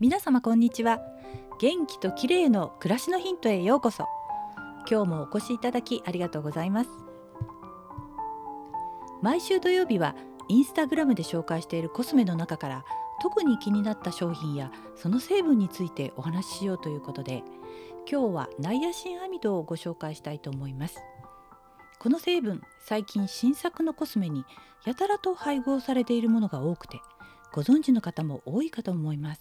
皆様こんにちは。元気と綺麗の暮らしのヒントへようこそ。今日もお越しいただきありがとうございます。毎週土曜日はインスタグラムで紹介しているコスメの中から特に気になった商品やその成分についてお話ししようということで、今日はナイアシンアミドをご紹介したいと思います。この成分、最近新作のコスメにやたらと配合されているものが多くて、ご存知の方も多いかと思います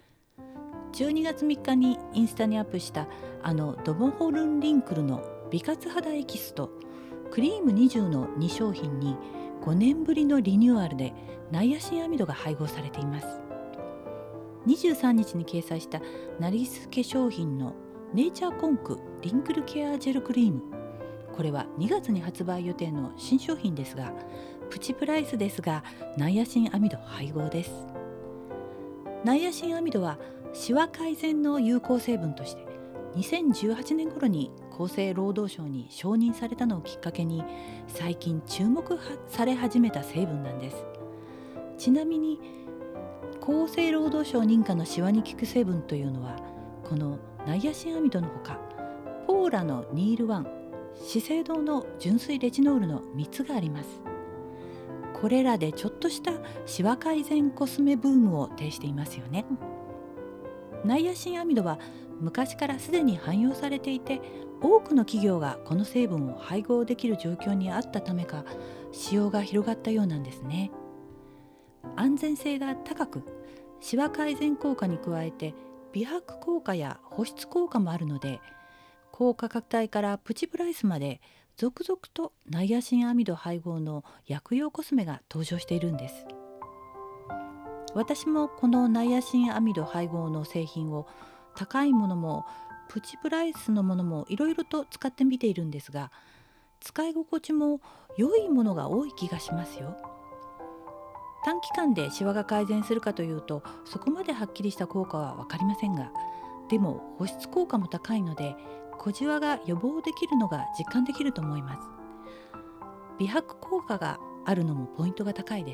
。12月3日にインスタにアップしたドモホルンリンクルの美活肌エキスとクリーム20の2商品に5年ぶりのリニューアルでナイアシンアミドが配合されています。23日に掲載したナリス化粧品のネイチャーコンクリンクルケアジェルクリーム、これは2月に発売予定の新商品ですが、プチプライスですがナイアシンアミド配合です。ナイアシンアミドはシワ改善の有効成分として2018年頃に厚生労働省に承認されたのをきっかけに最近注目され始めた成分なんです。ちなみに厚生労働省認可のシワに効く成分というのはこのナイアシンアミドのほか、ポーラのニール1、資生堂の純粋レチノールの3つがあります。これらでちょっとしたシワ改善コスメブームを呈していますよね。ナイアシンアミドは昔からすでに汎用されていて、多くの企業がこの成分を配合できる状況にあったためか使用が広がったようなんですね。安全性が高く、シワ改善効果に加えて美白効果や保湿効果もあるので、高価格帯からプチプライスまで続々とナイアシンアミド配合の薬用コスメが登場しているんです。私もこのナイアシンアミド配合の製品を高いものもプチプライスのものもいろいろと使ってみているんですが、使い心地も良いものが多い気がしますよ。短期間でシワが改善するかというとそこまではっきりした効果は分かりませんが、でも保湿効果も高いので小じわが予防できるのが実感できると思います。美白効果があるのもポイントが高いです。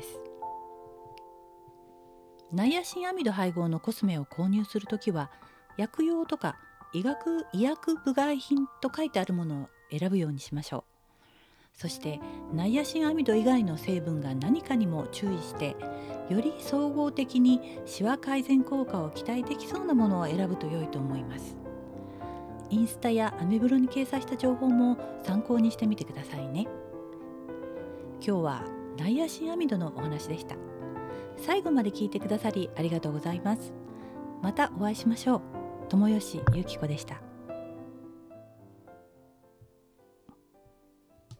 ナイアシンアミド配合のコスメを購入するときは、薬用とか医薬部外品と書いてあるものを選ぶようにしましょう。そしてナイアシンアミド以外の成分が何かにも注意して、より総合的にシワ改善効果を期待できそうなものを選ぶと良いと思います。インスタやアメブロに掲載した情報も参考にしてみてくださいね。今日はナイアシンアミドのお話でした。最後まで聞いてくださりありがとうございます。またお会いしましょう。友吉ゆき子でした。